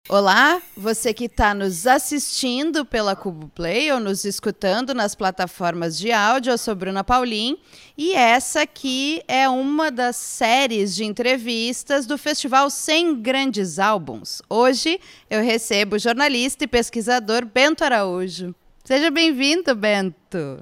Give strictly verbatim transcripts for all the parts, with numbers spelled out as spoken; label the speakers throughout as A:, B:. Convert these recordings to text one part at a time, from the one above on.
A: Olá, você que está nos assistindo pela Cubo Play ou nos escutando nas plataformas de áudio. Eu sou Bruna Paulin e essa aqui é uma das séries de entrevistas do Festival cem Grandes Álbuns. Hoje eu recebo o jornalista e pesquisador Bento Araújo. Seja bem-vindo, Bento.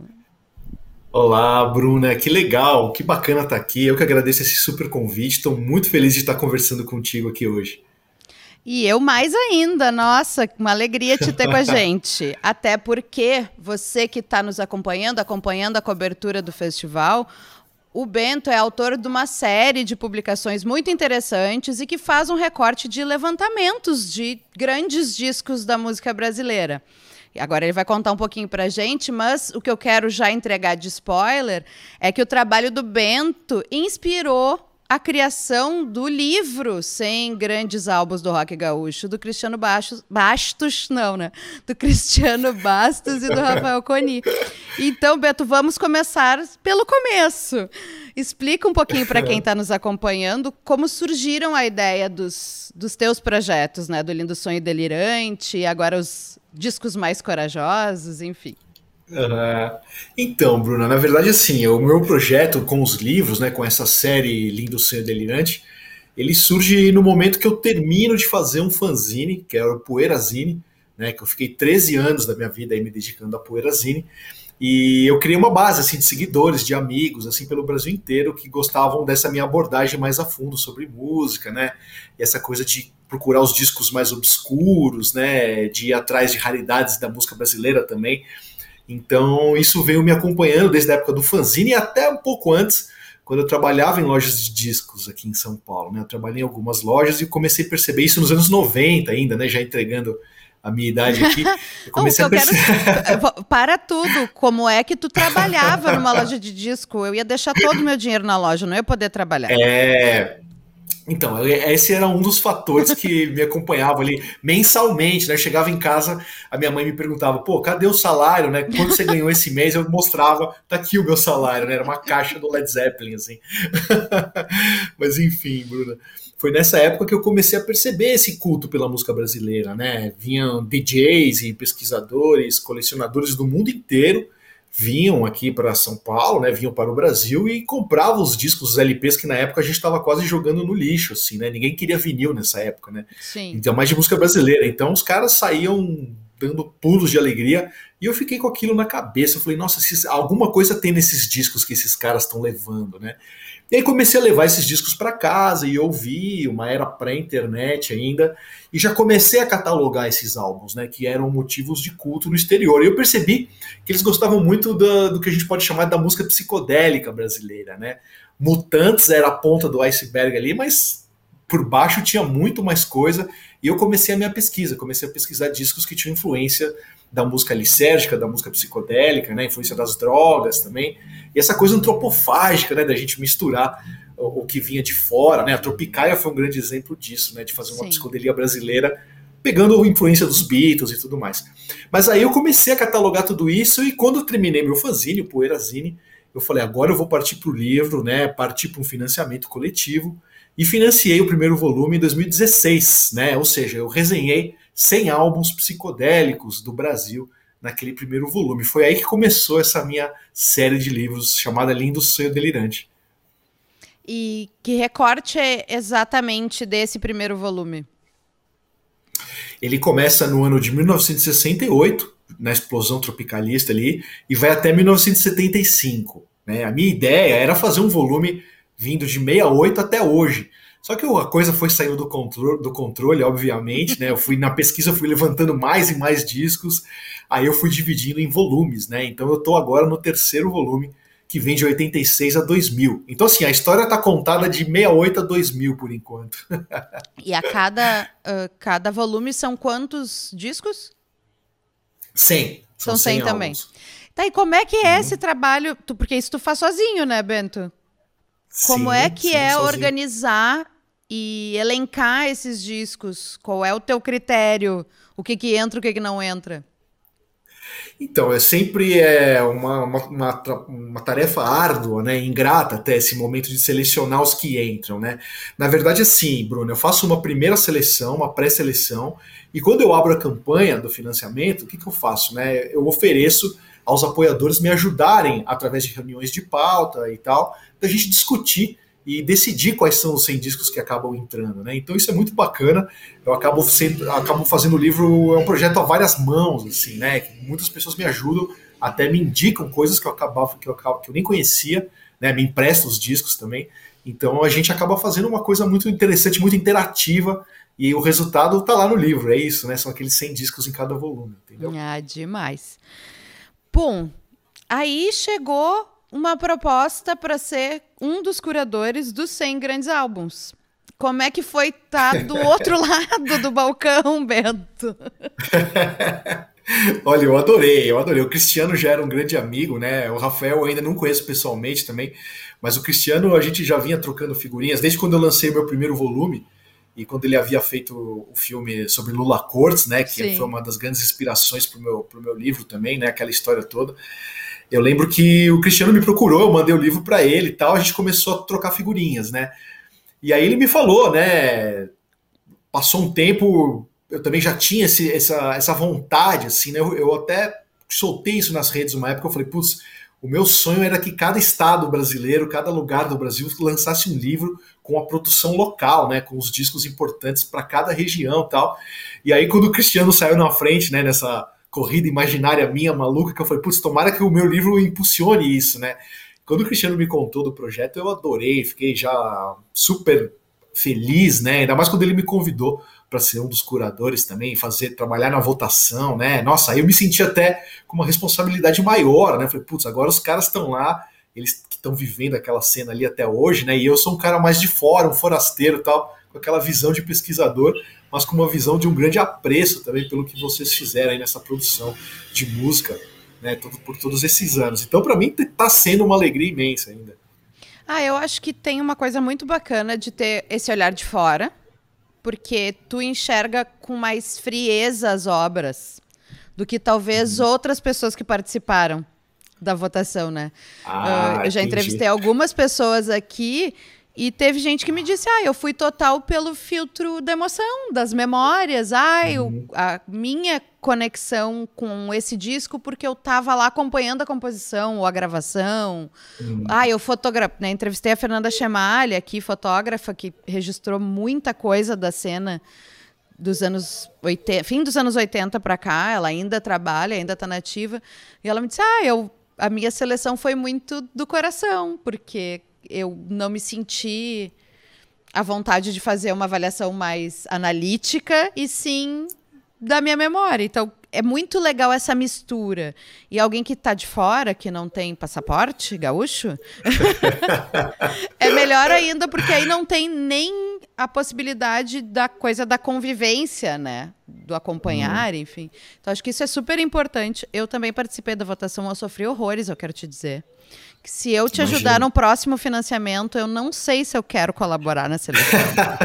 B: Olá, Bruna, que legal, que bacana estar aqui. Eu que agradeço esse super convite, estou muito feliz de estar conversando contigo aqui hoje.
A: E eu mais ainda, nossa, uma alegria te ter com a gente. Até porque você que está nos acompanhando, acompanhando a cobertura do festival, o Bento é autor de uma série de publicações muito interessantes e que faz um recorte de levantamentos de grandes discos da música brasileira. Agora ele vai contar um pouquinho pra gente, mas o que eu quero já entregar de spoiler é que o trabalho do Bento inspirou a criação do livro cem Grandes Álbuns do Rock Gaúcho, do Cristiano Bastos, Bastos, não, né? Do Cristiano Bastos e do Rafael Coni. Então, Beto, vamos começar pelo começo. Explica um pouquinho para quem está nos acompanhando como surgiram a ideia dos, dos teus projetos, né? Do Lindo Sonho Delirante, e agora os discos mais corajosos, enfim.
B: Ah, então, Bruna, na verdade, assim, o meu projeto com os livros, né, com essa série Lindo Sonho Delirante, ele surge no momento que eu termino de fazer um fanzine, que é o Poeirazine, né, que eu fiquei treze anos da minha vida aí me dedicando a Poeirazine, e eu criei uma base assim de seguidores, de amigos, assim pelo Brasil inteiro que gostavam dessa minha abordagem mais a fundo sobre música, né? E essa coisa de procurar os discos mais obscuros, né? De ir atrás de raridades da música brasileira também. Então, isso veio me acompanhando desde a época do fanzine e até um pouco antes, quando eu trabalhava em lojas de discos aqui em São Paulo. Né? Eu trabalhei em algumas lojas e comecei a perceber isso nos anos noventa ainda, né? Já entregando a minha idade aqui. Eu
A: Não,
B: comecei
A: eu
B: a
A: quero...
B: perceber...
A: Para tudo, como é que tu trabalhava numa loja de disco? Eu ia deixar todo o meu dinheiro na loja, não ia poder trabalhar.
B: É... Então, esse era um dos fatores que me acompanhava ali mensalmente, né? Eu chegava em casa, a minha mãe me perguntava, pô, cadê o salário, né? Quanto você ganhou esse mês? Eu mostrava, tá aqui o meu salário, né? Era uma caixa do Led Zeppelin, assim. Mas enfim, Bruna, foi nessa época que eu comecei a perceber esse culto pela música brasileira, né? Vinham D Js e pesquisadores, colecionadores do mundo inteiro, vinham aqui para São Paulo, né, vinham para o Brasil e compravam os discos, os L Ps que na época a gente estava quase jogando no lixo, assim, né? Ninguém queria vinil nessa época, né?
A: Sim.
B: Então, mais de música brasileira. Então, os caras saíam dando pulos de alegria e eu fiquei com aquilo na cabeça. Eu falei, nossa, se, alguma coisa tem nesses discos que esses caras estão levando, né? E aí comecei a levar esses discos para casa e ouvir, uma era pré-internet ainda, e já comecei a catalogar esses álbuns, né, que eram motivos de culto no exterior. E eu percebi que eles gostavam muito do, do que a gente pode chamar da música psicodélica brasileira, né? Mutantes era a ponta do iceberg ali, mas por baixo tinha muito mais coisa, e eu comecei a minha pesquisa, comecei a pesquisar discos que tinham influência da música lisérgica, da música psicodélica, né, influência das drogas também, e essa coisa antropofágica, né, da gente misturar o, o que vinha de fora, né, a Tropicália foi um grande exemplo disso, né, de fazer uma Sim. psicodelia brasileira pegando a influência dos Beatles e tudo mais. Mas aí eu comecei a catalogar tudo isso e quando eu terminei meu fanzine, o Poeirazine, eu falei, agora eu vou partir para o livro, né, partir para um financiamento coletivo e financiei o primeiro volume em dois mil e dezesseis, né, ou seja, eu resenhei cem álbuns psicodélicos do Brasil naquele primeiro volume. Foi aí que começou essa minha série de livros chamada Lindo Sonho Delirante.
A: E que recorte é exatamente desse primeiro volume?
B: Ele começa no ano de mil novecentos e sessenta e oito, na explosão tropicalista ali, e vai até mil novecentos e setenta e cinco. Né? A minha ideia era fazer um volume vindo de sessenta e oito até hoje. Só que a coisa foi saindo do controle, do controle, obviamente, né? Eu fui na pesquisa, fui levantando mais e mais discos, aí eu fui dividindo em volumes, né? Então eu tô agora no terceiro volume, que vem de oitenta e seis a dois mil. Então, assim, a história tá contada de sessenta e oito a dois mil, por enquanto.
A: E a cada, uh, cada volume são quantos discos?
B: cem. São,
A: são cem, cem também. Tá, e como é que é uhum. esse trabalho? Tu, porque isso tu faz sozinho, né, Bento? Como
B: sim,
A: é que
B: sim,
A: é
B: sozinho.
A: Organizar e elencar esses discos? Qual é o teu critério? O que que entra, o que que não entra?
B: Então, é sempre é, uma, uma, uma, uma tarefa árdua, né, ingrata até esse momento de selecionar os que entram, né? Na verdade, assim, Bruno, eu faço uma primeira seleção, uma pré-seleção, e quando eu abro a campanha do financiamento, o que, que eu faço, né? Eu ofereço aos apoiadores me ajudarem, através de reuniões de pauta e tal, da gente discutir e decidir quais são os cem discos que acabam entrando, né? Então isso é muito bacana. Eu acabo, sendo, acabo fazendo o livro, é um projeto a várias mãos, assim, né? Muitas pessoas me ajudam, até me indicam coisas que eu acabava que eu, que eu nem conhecia, né? Me emprestam os discos também. Então a gente acaba fazendo uma coisa muito interessante, muito interativa, e o resultado tá lá no livro, é isso, né? São aqueles cem discos em cada volume, entendeu?
A: Ah, demais. Bom, aí chegou uma proposta para ser um dos curadores dos cem grandes álbuns. Como é que foi estar do outro lado do balcão, Bento?
B: Olha, eu adorei, eu adorei. O Cristiano já era um grande amigo, né? O Rafael eu ainda não conheço pessoalmente também, mas o Cristiano a gente já vinha trocando figurinhas desde quando eu lancei meu primeiro volume e quando ele havia feito o filme sobre Lula Cortes, né? Que Sim. foi uma das grandes inspirações para o meu, pro meu livro também, né? Aquela história toda. Eu lembro que o Cristiano me procurou, eu mandei o livro para ele e tal, a gente começou a trocar figurinhas, né? E aí ele me falou, né? Passou um tempo, eu também já tinha esse, essa, essa vontade, assim, né? Eu, eu até soltei isso nas redes uma época, eu falei, putz, o meu sonho era que cada estado brasileiro, cada lugar do Brasil lançasse um livro com a produção local, né? Com os discos importantes para cada região e tal. E aí quando o Cristiano saiu na frente, né? Nessa corrida imaginária minha, maluca, que eu falei, putz, tomara que o meu livro impulsione isso, né? Quando o Cristiano me contou do projeto, eu adorei, fiquei já super feliz, né? Ainda mais quando ele me convidou para ser um dos curadores também, fazer, trabalhar na votação, né? Nossa, aí eu me senti até com uma responsabilidade maior, né? Falei, putz, agora os caras estão lá, eles que estão vivendo aquela cena ali até hoje, né? E eu sou um cara mais de fora, um forasteiro e tal, com aquela visão de pesquisador, mas com uma visão de um grande apreço também pelo que vocês fizeram aí nessa produção de música, né, todo, por todos esses anos. Então, para mim, está sendo uma alegria imensa ainda.
A: Ah, eu acho que tem uma coisa muito bacana de ter esse olhar de fora, porque tu enxerga com mais frieza as obras do que talvez hum. outras pessoas que participaram da votação, né?
B: Ah,
A: uh, eu já
B: entendi.
A: entrevistei algumas pessoas aqui e teve gente que me disse, ah, eu fui total pelo filtro da emoção, das memórias, ah, uhum. eu, a minha conexão com esse disco porque eu tava lá acompanhando a composição ou a gravação. Uhum. Ah, eu fotografei, né, entrevistei a Fernanda Chemalha aqui, fotógrafa, que registrou muita coisa da cena dos anos oitenta, fim dos anos oitenta para cá, ela ainda trabalha, ainda tá nativa, e ela me disse, ah, eu, a minha seleção foi muito do coração, porque eu não me senti à vontade de fazer uma avaliação mais analítica e sim da minha memória. Então, é muito legal essa mistura. E alguém que está de fora, que não tem passaporte gaúcho, é melhor ainda, porque aí não tem nem a possibilidade da coisa da convivência, né? Do acompanhar, uhum. enfim. Então, acho que isso é super importante. Eu também participei da votação, eu sofri horrores, eu quero te dizer. Se eu te Imagina. ajudar no próximo financiamento, eu não sei se eu quero colaborar na seleção.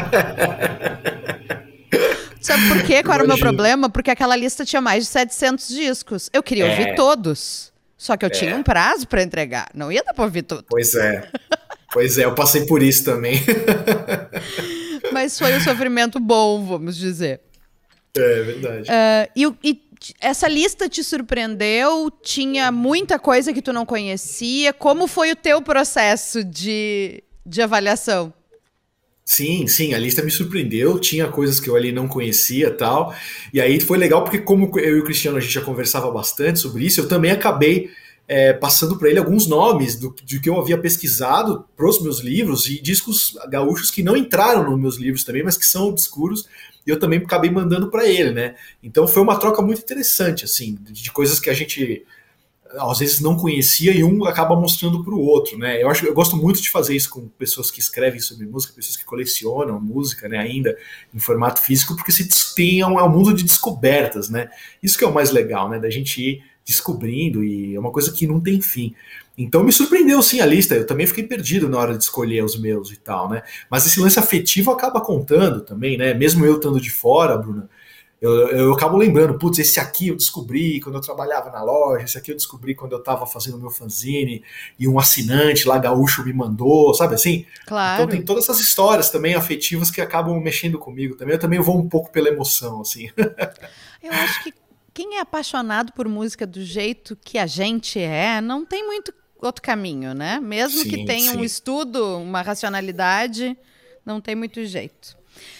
A: Sabe por quê? Qual era o meu problema? Porque aquela lista tinha mais de setecentos discos. Eu queria é. ouvir todos. Só que eu é. tinha um prazo para entregar. Não ia dar para ouvir tudo.
B: Pois é. Pois é, eu passei por isso também.
A: Mas foi um sofrimento bom, vamos dizer.
B: É verdade.
A: Uh, e, e essa lista te surpreendeu? Tinha muita coisa que tu não conhecia? Como foi o teu processo de, de avaliação?
B: Sim, sim, a lista me surpreendeu, tinha coisas que eu ali não conhecia e tal, e aí foi legal porque como eu e o Cristiano a gente já conversava bastante sobre isso, eu também acabei é, passando para ele alguns nomes do, do que eu havia pesquisado para os meus livros e discos gaúchos que não entraram nos meus livros também, mas que são obscuros, e eu também acabei mandando para ele, né? Então foi uma troca muito interessante, assim, de coisas que a gente às vezes não conhecia e um acaba mostrando para o outro, né? Eu acho, eu gosto muito de fazer isso com pessoas que escrevem sobre música, pessoas que colecionam música, né? Ainda em formato físico, porque se tem é um, é um mundo de descobertas, né? Isso que é o mais legal, né? Da gente ir descobrindo e é uma coisa que não tem fim. Então me surpreendeu sim a lista, eu também fiquei perdido na hora de escolher os meus e tal, né? Mas esse lance afetivo acaba contando também, né? Mesmo eu estando de fora, Bruna, eu, eu acabo lembrando, putz, esse aqui eu descobri quando eu trabalhava na loja, esse aqui eu descobri quando eu estava fazendo meu fanzine, e um assinante lá gaúcho me mandou, sabe assim?
A: Claro.
B: Então tem todas essas histórias também afetivas que acabam mexendo comigo também. Eu também vou um pouco pela emoção, assim.
A: Eu acho que quem é apaixonado por música do jeito que a gente é, não tem muito outro caminho, né? Mesmo
B: Sim,
A: que tenha
B: sim.
A: um estudo, uma racionalidade, não tem muito jeito.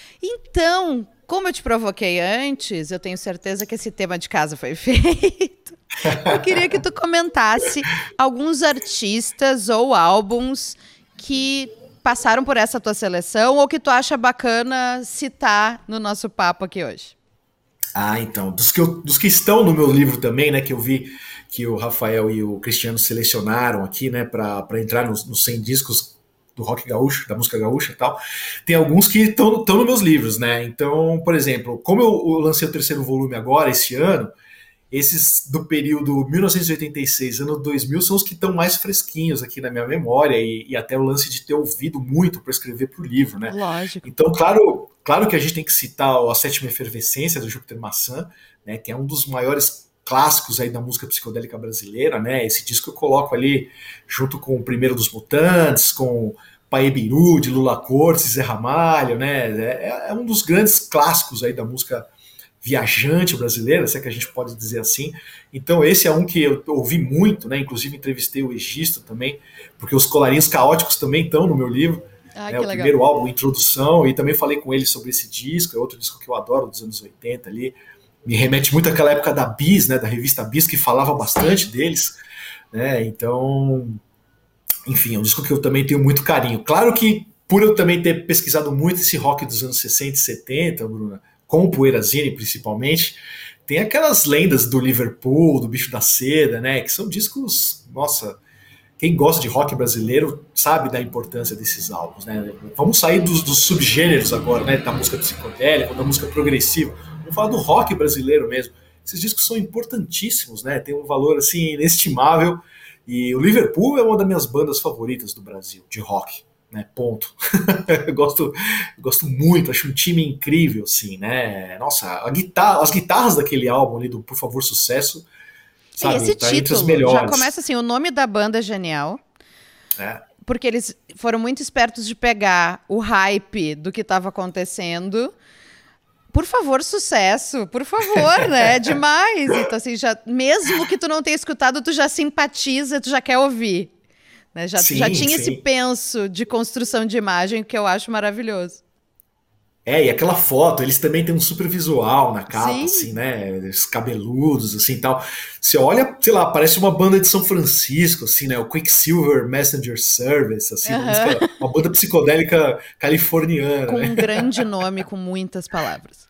A: Então, como eu te provoquei antes, eu tenho certeza que esse tema de casa foi feito. Eu queria que tu comentasse alguns artistas ou álbuns que passaram por essa tua seleção ou que tu acha bacana citar no nosso papo aqui hoje.
B: Ah, então, dos que, eu, dos que estão no meu livro também, né, que eu vi que o Rafael e o Cristiano selecionaram aqui, né, para entrar nos, nos cem discos do rock gaúcho, da música gaúcha e tal, tem alguns que estão nos meus livros, né, então, por exemplo, como eu, eu lancei o terceiro volume agora, esse ano, esses do período mil novecentos e oitenta e seis, ano dois mil, são os que estão mais fresquinhos aqui na minha memória e, e até o lance de ter ouvido muito para escrever para o livro, né?
A: Lógico.
B: Então, claro, claro que a gente tem que citar a Sétima Efervescência do Júpiter Maçã, né? Que é um dos maiores clássicos aí da música psicodélica brasileira, né? Esse disco eu coloco ali junto com o Primeiro dos Mutantes, com Paê Biru, de Lula Cortes, Zé Ramalho, né? É, é um dos grandes clássicos aí da música viajante brasileira, se é que a gente pode dizer assim. Então esse é um que eu ouvi muito, né? Inclusive entrevistei o Egisto também, porque os Colarinhos Caóticos também estão no meu livro,
A: ah,
B: né? O
A: legal.
B: Primeiro álbum, Introdução, e também falei com ele sobre esse disco, é outro disco que eu adoro, dos anos oitenta ali, me remete muito àquela época da Bis, né? Da revista Bis, que falava bastante deles, né? Então, enfim, é um disco que eu também tenho muito carinho. Claro que por eu também ter pesquisado muito esse rock dos anos sessenta e setenta, Bruna, com o Poeirazine principalmente, tem aquelas lendas do Liverpool, do Bicho da Seda, né, que são discos, nossa, quem gosta de rock brasileiro sabe da importância desses álbuns, né. Vamos sair dos, dos subgêneros agora, né, da música psicodélica, da música progressiva, vamos falar do rock brasileiro mesmo. Esses discos são importantíssimos, né, tem um valor assim inestimável, e o Liverpool é uma das minhas bandas favoritas do Brasil, de rock. Né, ponto. eu, gosto, eu gosto muito, acho um time incrível, assim, né? Nossa, a guitarra, as guitarras daquele álbum ali do Por Favor Sucesso, sabe,
A: esse
B: tá entre as
A: título
B: melhores.
A: já começa assim, o nome da banda é genial.
B: É.
A: Porque eles foram muito espertos de pegar o hype do que estava acontecendo. Por favor, sucesso, por favor, né? É demais. Então, assim, já, mesmo que tu não tenha escutado, tu já simpatiza, tu já quer ouvir. Né? Já,
B: sim,
A: já tinha
B: sim.
A: esse penso de construção de imagem que eu acho maravilhoso.
B: É, e aquela foto, eles também têm um super visual na capa,
A: Sim.
B: assim, né? Os cabeludos, assim, tal. Você olha, sei lá, parece uma banda de São Francisco, assim, né? O Quicksilver Messenger Service, assim,
A: Uhum.
B: uma, música, uma banda psicodélica californiana.
A: Com
B: né?
A: um grande nome, com muitas palavras.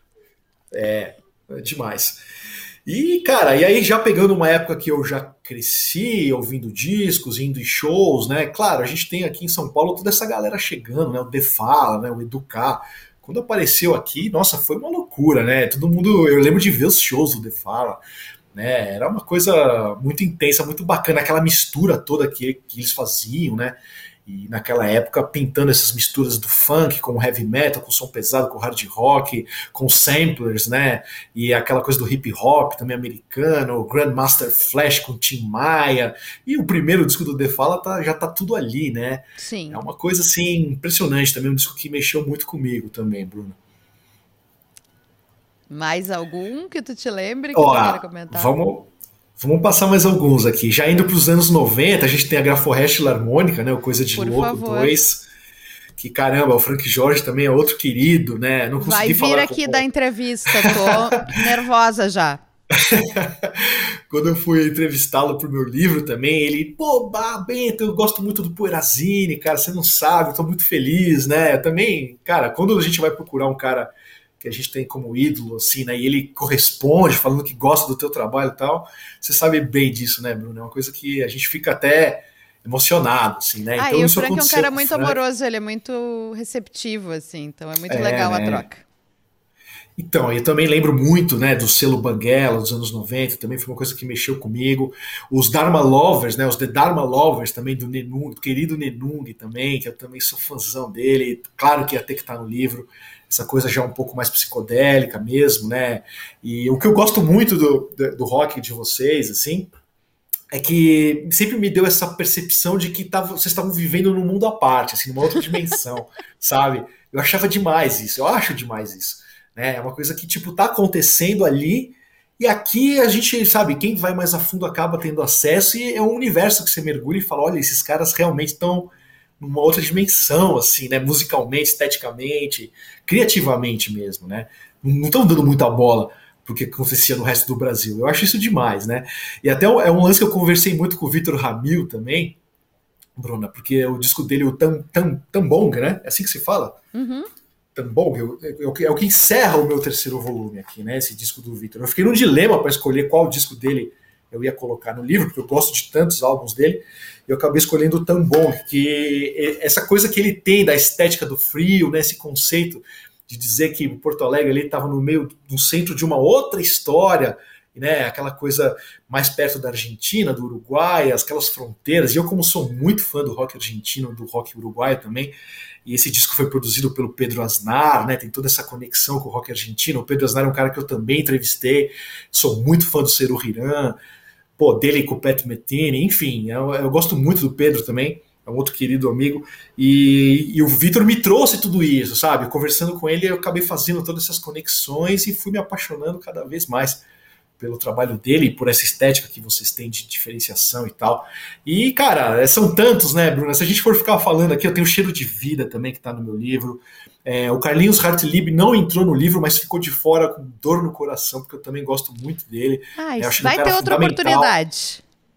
B: É, é demais. E, cara, e aí já pegando uma época que eu já cresci ouvindo discos, indo em shows, né? Claro, a gente tem aqui em São Paulo toda essa galera chegando, né? O Defala, né? O Educar. Quando apareceu aqui, nossa, foi uma loucura, né? Todo mundo, eu lembro de ver os shows do Defala, né? Era uma coisa muito intensa, muito bacana, aquela mistura toda que, que eles faziam, né? E naquela época pintando essas misturas do funk com o heavy metal, com o som pesado, com o hard rock, com samplers, né? E aquela coisa do hip hop também americano, o Grandmaster Flash com Tim Maia. E o primeiro disco do Defala tá, já tá tudo ali, né?
A: Sim.
B: É uma coisa assim impressionante também, um disco que mexeu muito comigo também, Bruno.
A: Mais algum que tu te lembre que
B: Ó,
A: tu queira comentar?
B: Vamos. Vamos passar mais alguns aqui. Já indo para os anos noventa, a gente tem a Graforrest Harmônica, né? O Coisa de
A: Por
B: Louco
A: favor.
B: dois. Que caramba, o Frank Jorge também é outro querido, né? Não consegui
A: Vai vir
B: falar
A: aqui
B: com...
A: dar entrevista, tô nervosa já.
B: Quando eu fui entrevistá-lo pro meu livro também, ele, pô, bah, Bento, eu gosto muito do Poeirazine, cara, você não sabe, eu tô muito feliz, né? Eu também, cara, quando a gente vai procurar um cara que a gente tem como ídolo, assim, né? E ele corresponde, falando que gosta do teu trabalho e tal. Você sabe bem disso, né, Bruno? É uma coisa que a gente fica até emocionado, assim, né?
A: Ah,
B: então,
A: e o
B: isso
A: Frank é um
B: aconteceu
A: cara
B: com o
A: muito
B: Frank.
A: amoroso, ele é muito receptivo, assim, então é muito
B: É,
A: legal a
B: né?
A: troca.
B: Então, eu também lembro muito, né, do selo Banguela dos anos noventa, também foi uma coisa que mexeu comigo. Os Dharma Lovers, né, os The Dharma Lovers também do Nenung, do querido Nenung também, que eu também sou fãzão dele. Claro que ia ter que estar no livro, essa coisa já um pouco mais psicodélica mesmo, né? E o que eu gosto muito do, do, do rock de vocês, assim, é que sempre me deu essa percepção de que tava, vocês estavam vivendo num mundo à parte, assim, numa outra dimensão, sabe? Eu achava demais isso, eu acho demais isso. Né? É uma coisa que, tipo, tá acontecendo ali, e aqui a gente, sabe, quem vai mais a fundo acaba tendo acesso, e é um universo que você mergulha e fala, olha, esses caras realmente estão numa outra dimensão, assim, né? Musicalmente, esteticamente, criativamente mesmo, né? Não estão dando muita bola porque acontecia no resto do Brasil. Eu acho isso demais, né? E até é um lance que eu conversei muito com o Vitor Ramil também, Bruna, porque o disco dele, o Tam, Tam, Tambong, né? É assim que se fala?
A: Uhum.
B: Tambong, é o que encerra o meu terceiro volume aqui, né? Esse disco do Vitor. Eu fiquei num dilema para escolher qual disco dele eu ia colocar no livro, porque eu gosto de tantos álbuns dele, e eu acabei escolhendo o Tambong, que essa coisa que ele tem da estética do frio, né? Esse conceito de dizer que Porto Alegre estava no meio, no centro de uma outra história, né, aquela coisa mais perto da Argentina, do Uruguai, aquelas fronteiras, e eu como sou muito fã do rock argentino, do rock uruguaio também, e esse disco foi produzido pelo Pedro Aznar, né, tem toda essa conexão com o rock argentino. O Pedro Aznar é um cara que eu também entrevistei, sou muito fã do Seru Hirán, pô, dele com o Pat Metheny, enfim, eu, eu gosto muito do Pedro também, é um outro querido amigo, e, e o Vitor me trouxe tudo isso, sabe, conversando com ele eu acabei fazendo todas essas conexões e fui me apaixonando cada vez mais pelo trabalho dele, por essa estética que vocês têm de diferenciação e tal. E, cara, são tantos, né, Bruna? Se a gente for ficar falando aqui, eu tenho o Cheiro de Vida também, que tá no meu livro. É, o Carlinhos Hartlieb não entrou no livro, mas ficou de fora com dor no coração, porque eu também gosto muito dele.
A: Ah,
B: eu acho
A: vai ter outra oportunidade.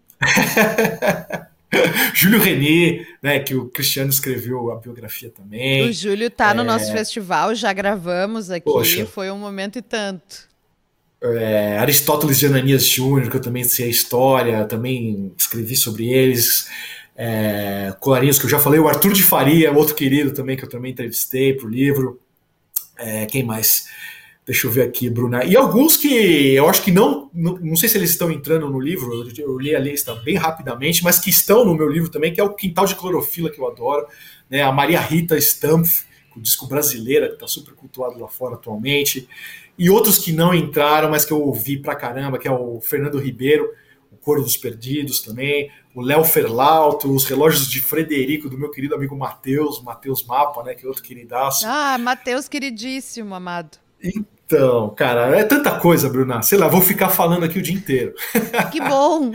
B: Júlio René, né, que o Cristiano escreveu a biografia também.
A: O Júlio tá é... no nosso festival, já gravamos aqui, Poxa. Foi um momento e tanto.
B: É, Aristóteles de Ananias Júnior, que eu também sei a história, também escrevi sobre eles. É, colarinhos que eu já falei, o Arthur de Faria, outro querido também, que eu também entrevistei pro livro. É, quem mais? Deixa eu ver aqui, Bruna. E alguns que eu acho que não, não, não sei se eles estão entrando no livro, eu, eu li a lista bem rapidamente, mas que estão no meu livro também, que é o Quintal de Clorofila, que eu adoro, né? A Maria Rita Stampf, o disco brasileira, que está super cultuado lá fora atualmente, e outros que não entraram, mas que eu ouvi pra caramba, que é o Fernando Ribeiro, o Coro dos Perdidos também, o Léo Ferlauto, os Relógios de Frederico, do meu querido amigo Matheus, Matheus Mapa, né, que é outro queridaço.
A: Ah, Matheus queridíssimo, amado.
B: Então, cara, é tanta coisa, Bruna, sei lá, vou ficar falando aqui o dia inteiro.
A: Que bom!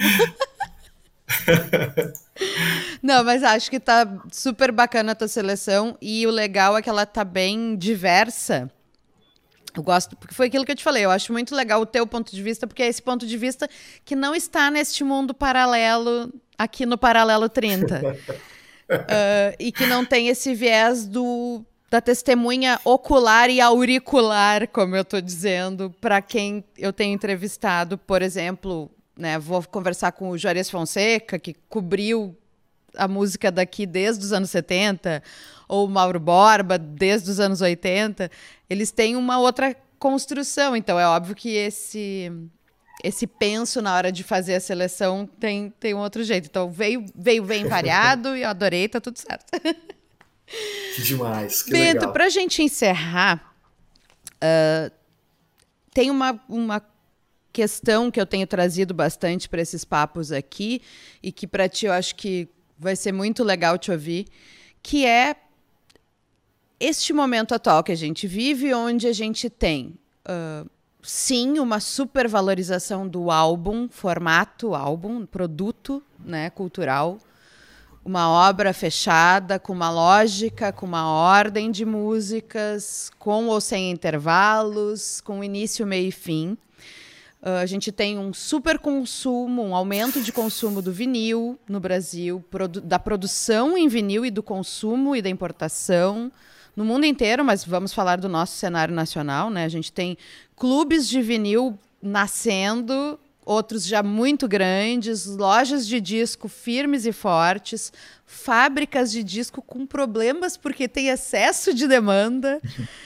A: Não, mas acho que tá super bacana a tua seleção, e o legal é que ela tá bem diversa. Eu gosto, porque foi aquilo que eu te falei, eu acho muito legal o teu ponto de vista, porque é esse ponto de vista que não está neste mundo paralelo, aqui no Paralelo trinta. uh, e que não tem esse viés do, da testemunha ocular e auricular, como eu estou dizendo, para quem eu tenho entrevistado, por exemplo, né, vou conversar com o Juarez Fonseca, que cobriu a música daqui desde os anos setenta, ou Mauro Borba desde os anos oitenta, eles têm uma outra construção, então é óbvio que esse, esse penso na hora de fazer a seleção tem, tem um outro jeito, então veio, veio bem variado e eu adorei, tá tudo certo.
B: Que demais, que
A: Bento,
B: legal.
A: Pra gente encerrar, uh, tem uma, uma questão que eu tenho trazido bastante para esses papos aqui, e que para ti eu acho que vai ser muito legal te ouvir, que é este momento atual que a gente vive, onde a gente tem, uh, sim, uma supervalorização do álbum, formato álbum, produto, né, cultural, uma obra fechada, com uma lógica, com uma ordem de músicas, com ou sem intervalos, com início, meio e fim. Uh, a gente tem um super consumo, um aumento de consumo do vinil no Brasil, produ- da produção em vinil e do consumo e da importação no mundo inteiro, mas vamos falar do nosso cenário nacional, né? A gente tem clubes de vinil nascendo, outros já muito grandes, lojas de disco firmes e fortes, fábricas de disco com problemas porque tem excesso de demanda.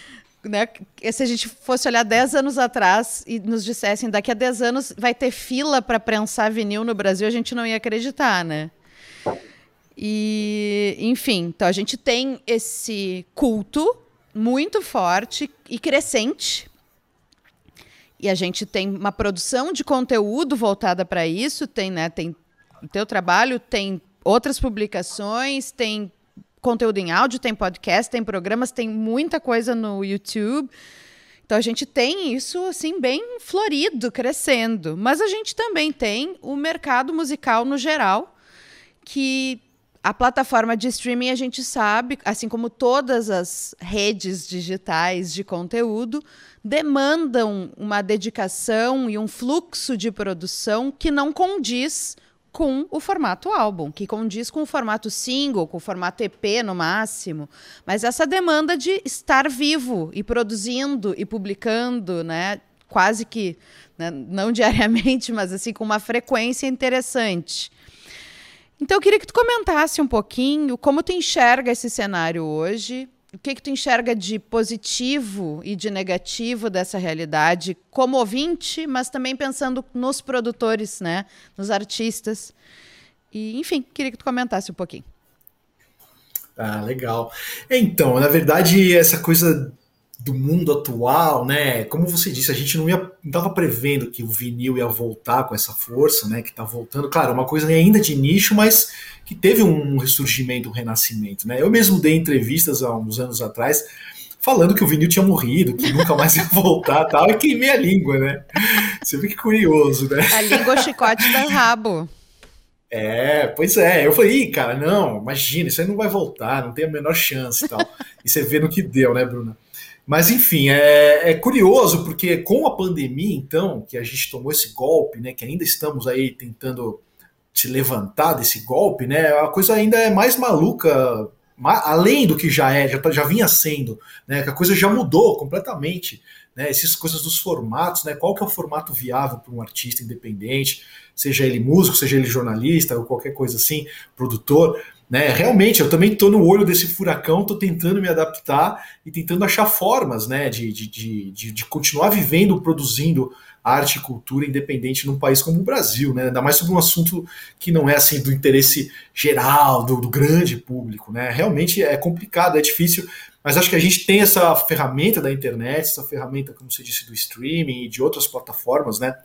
A: né, se a gente fosse olhar dez anos atrás e nos dissessem daqui a dez anos vai ter fila para prensar vinil no Brasil, a gente não ia acreditar, né? E, enfim, então a gente tem esse culto muito forte e crescente. E a gente tem uma produção de conteúdo voltada para isso, tem, né, tem o teu trabalho, tem outras publicações, tem conteúdo em áudio, tem podcast, tem programas, tem muita coisa no YouTube. Então a gente tem isso assim bem florido, crescendo. Mas a gente também tem o mercado musical no geral, que a plataforma de streaming a gente sabe, assim como todas as redes digitais de conteúdo, demandam uma dedicação e um fluxo de produção que não condiz com o formato álbum, que condiz com o formato single, com o formato E P no máximo. Mas essa demanda de estar vivo e produzindo e publicando, né, quase que, né, não diariamente, mas assim com uma frequência interessante. Então eu queria que tu comentasse um pouquinho como tu enxerga esse cenário hoje, o que que tu enxerga de positivo e de negativo dessa realidade como ouvinte, mas também pensando nos produtores, né, nos artistas. E, enfim, queria que tu comentasse um pouquinho.
B: Ah, legal. Então, na verdade, essa coisa do mundo atual, né? Como você disse, a gente não ia, não estava prevendo que o vinil ia voltar com essa força, né? Que está voltando. Claro, uma coisa ainda de nicho, mas que teve um ressurgimento, um renascimento, né? Eu mesmo dei entrevistas há uns anos atrás falando que o vinil tinha morrido, que nunca mais ia voltar, tal, e queimei a língua, né? Você vê que curioso, né?
A: A língua chicote do rabo.
B: É, pois é. Eu falei, Ih, cara, não, imagina, isso aí não vai voltar, não tem a menor chance e tal. E você vê no que deu, né, Bruna? Mas, enfim, é, é curioso, porque com a pandemia, então, que a gente tomou esse golpe, né, que ainda estamos aí tentando se levantar desse golpe, né, a coisa ainda é mais maluca, ma- além do que já é, já, tá- já vinha sendo, né, que a coisa já mudou completamente, né, essas coisas dos formatos, né, qual que é o formato viável para um artista independente, seja ele músico, seja ele jornalista ou qualquer coisa assim, produtor, né? Realmente, eu também estou no olho desse furacão, estou tentando me adaptar e tentando achar formas, né, de, de, de, de, de continuar vivendo, produzindo arte e cultura independente num país como o Brasil, né? Ainda mais sobre um assunto que não é assim do interesse geral, do, do grande público, né? Realmente é complicado, é difícil, mas acho que a gente tem essa ferramenta da internet, essa ferramenta, como você disse, do streaming e de outras plataformas, né?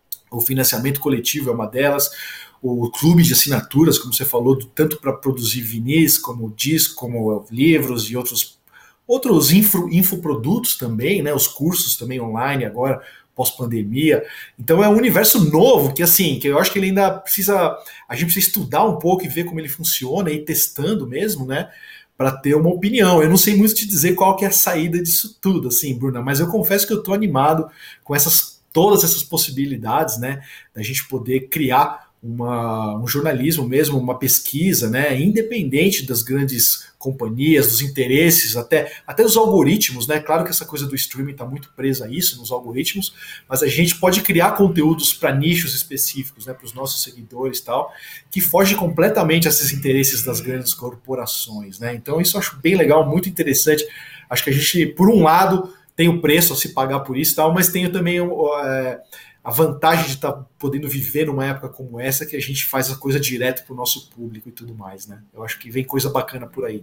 B: O financiamento coletivo é uma delas, o clube de assinaturas, como você falou, tanto para produzir vinis, como disco, como livros e outros, outros info, infoprodutos também, né? Os cursos também online agora, pós-pandemia. Então é um universo novo que, assim, que eu acho que ele ainda precisa, a gente precisa estudar um pouco e ver como ele funciona, e ir testando mesmo, né? Para ter uma opinião. Eu não sei muito te dizer qual que é a saída disso tudo, assim, Bruna, mas eu confesso que eu estou animado com essas todas essas possibilidades, né, da gente poder criar uma, um jornalismo mesmo, uma pesquisa, né, independente das grandes companhias, dos interesses, até, até dos algoritmos, né, claro que essa coisa do streaming está muito presa a isso, nos algoritmos, mas a gente pode criar conteúdos para nichos específicos, né, para os nossos seguidores e tal, que foge completamente a esses interesses das grandes corporações, né, então isso eu acho bem legal, muito interessante, acho que a gente, por um lado, tem o preço a se pagar por isso e tal, mas tem também é, a vantagem de estar tá podendo viver numa época como essa, que a gente faz a coisa direto para o nosso público e tudo mais, né? Eu acho que vem coisa bacana por aí.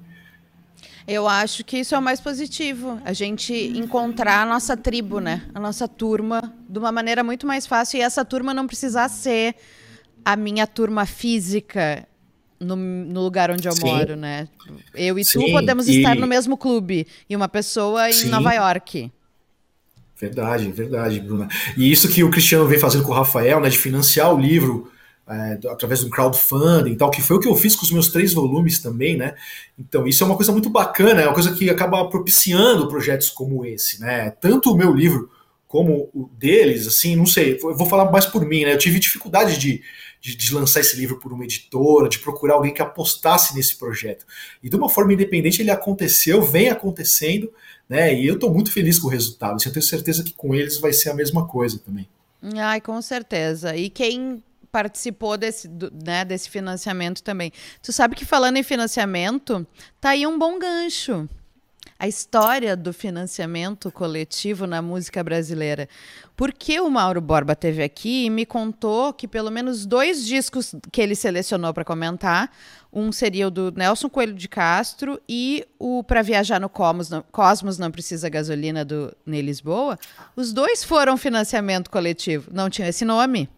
A: Eu acho que isso é o mais positivo, a gente encontrar a nossa tribo, né? A nossa turma, de uma maneira muito mais fácil, e essa turma não precisar ser a minha turma física, No, no lugar onde eu Sim. moro, né? Eu e Sim, tu podemos e... estar no mesmo clube e uma pessoa em Sim. Nova York.
B: Verdade, verdade, Bruna. E isso que o Cristiano vem fazendo com o Rafael, né, de financiar o livro é, através do crowdfunding e tal, que foi o que eu fiz com os meus três volumes também, né? Então isso é uma coisa muito bacana, é uma coisa que acaba propiciando projetos como esse, né? Tanto o meu livro como o deles, assim, não sei, eu vou falar mais por mim, né? Eu tive dificuldade de De, de lançar esse livro por uma editora, de procurar alguém que apostasse nesse projeto. E de uma forma independente ele aconteceu, vem acontecendo, né? E eu estou muito feliz com o resultado. Eu tenho certeza que com eles vai ser a mesma coisa também.
A: Ai, com certeza. E quem participou desse, do, né, desse financiamento também. Tu sabe que falando em financiamento, tá aí um bom gancho. a história do financiamento coletivo na música brasileira. Porque o Mauro Borba esteve aqui e me contou que pelo menos dois discos que ele selecionou para comentar, um seria o do Nelson Coelho de Castro e o Pra Viajar no Cosmos Não, Cosmos Não Precisa Gasolina, do Ney Lisboa. Os dois foram financiamento coletivo, não tinham esse nome.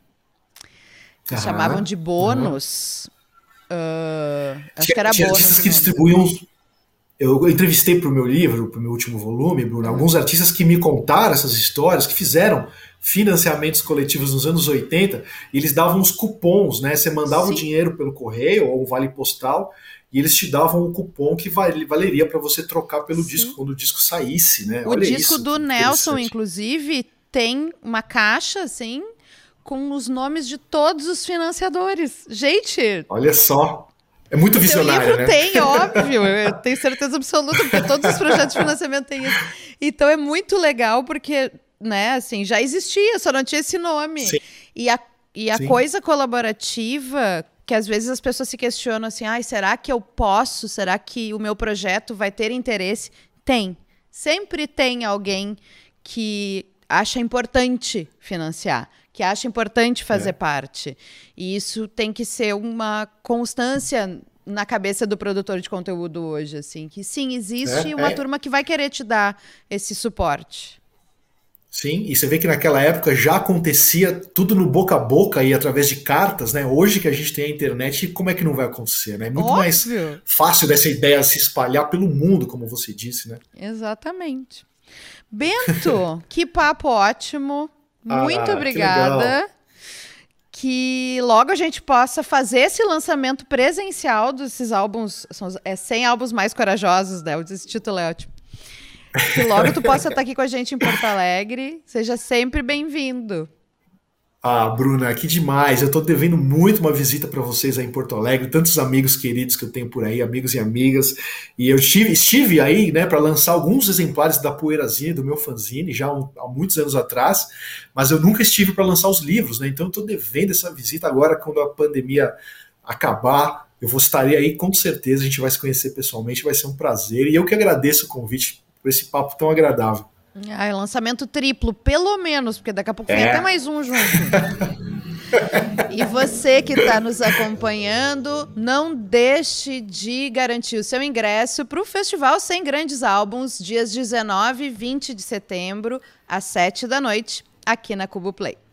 A: Eles
B: Aham,
A: chamavam de bônus. Uh, acho que era
B: tinha
A: bônus.
B: artistas que distribuíam. Eu entrevistei para o meu livro, para o meu último volume, Bruno, alguns artistas que me contaram essas histórias, que fizeram financiamentos coletivos nos anos oitenta, e eles davam uns cupons, né? Você mandava Sim. o dinheiro pelo correio ou um vale postal, e eles te davam um cupom que valeria para você trocar pelo Sim. disco quando o disco saísse, né?
A: O
B: Olha
A: disco
B: isso,
A: do Nelson, inclusive, tem uma caixa, assim, com os nomes de todos os financiadores. Gente!
B: Olha só! É muito visionário, né?
A: Tem, óbvio. Eu tenho certeza absoluta, porque todos os projetos de financiamento têm isso. Então é muito legal, porque, né, assim, já existia, só não tinha esse nome. Sim. E a, e a coisa colaborativa, que às vezes as pessoas se questionam assim, ai, será que eu posso? Será que o meu projeto vai ter interesse? Tem. Sempre tem alguém que acha importante financiar, que acha importante fazer é. parte. E isso tem que ser uma constância na cabeça do produtor de conteúdo hoje, assim, que sim, existe é, uma é. turma que vai querer te dar esse suporte.
B: Sim, e você vê que naquela época já acontecia tudo no boca a boca e através de cartas, né? Hoje que a gente tem a internet, como é que não vai acontecer, né? É muito Óbvio. mais fácil dessa ideia se espalhar pelo mundo, como você disse, né?
A: Exatamente. Bento, que papo ótimo. Muito ah, obrigada. Que, que logo a gente possa fazer esse lançamento presencial desses álbuns. São é, cem álbuns mais corajosos, né? Esse título é ótimo. Que logo tu possa estar aqui com a gente em Porto Alegre. Seja sempre bem-vindo.
B: Ah, Bruna, que demais. Eu tô devendo muito uma visita para vocês aí em Porto Alegre, tantos amigos queridos que eu tenho por aí, amigos e amigas. E eu estive, estive aí, né, para lançar alguns exemplares da Poeirazinha, do meu fanzine, já um, há muitos anos atrás, mas eu nunca estive para lançar os livros, né? Então eu tô devendo essa visita agora, quando a pandemia acabar. Eu vou estar aí, com certeza, a gente vai se conhecer pessoalmente, vai ser um prazer. E eu que agradeço o convite por esse papo tão agradável.
A: Ah, é lançamento triplo, pelo menos, porque daqui a pouco vem é. até mais um junto. E você que está nos acompanhando, não deixe de garantir o seu ingresso para o Festival Sem Grandes Álbuns, dias dezenove e vinte de setembro, às sete da noite, aqui na Cubo Play.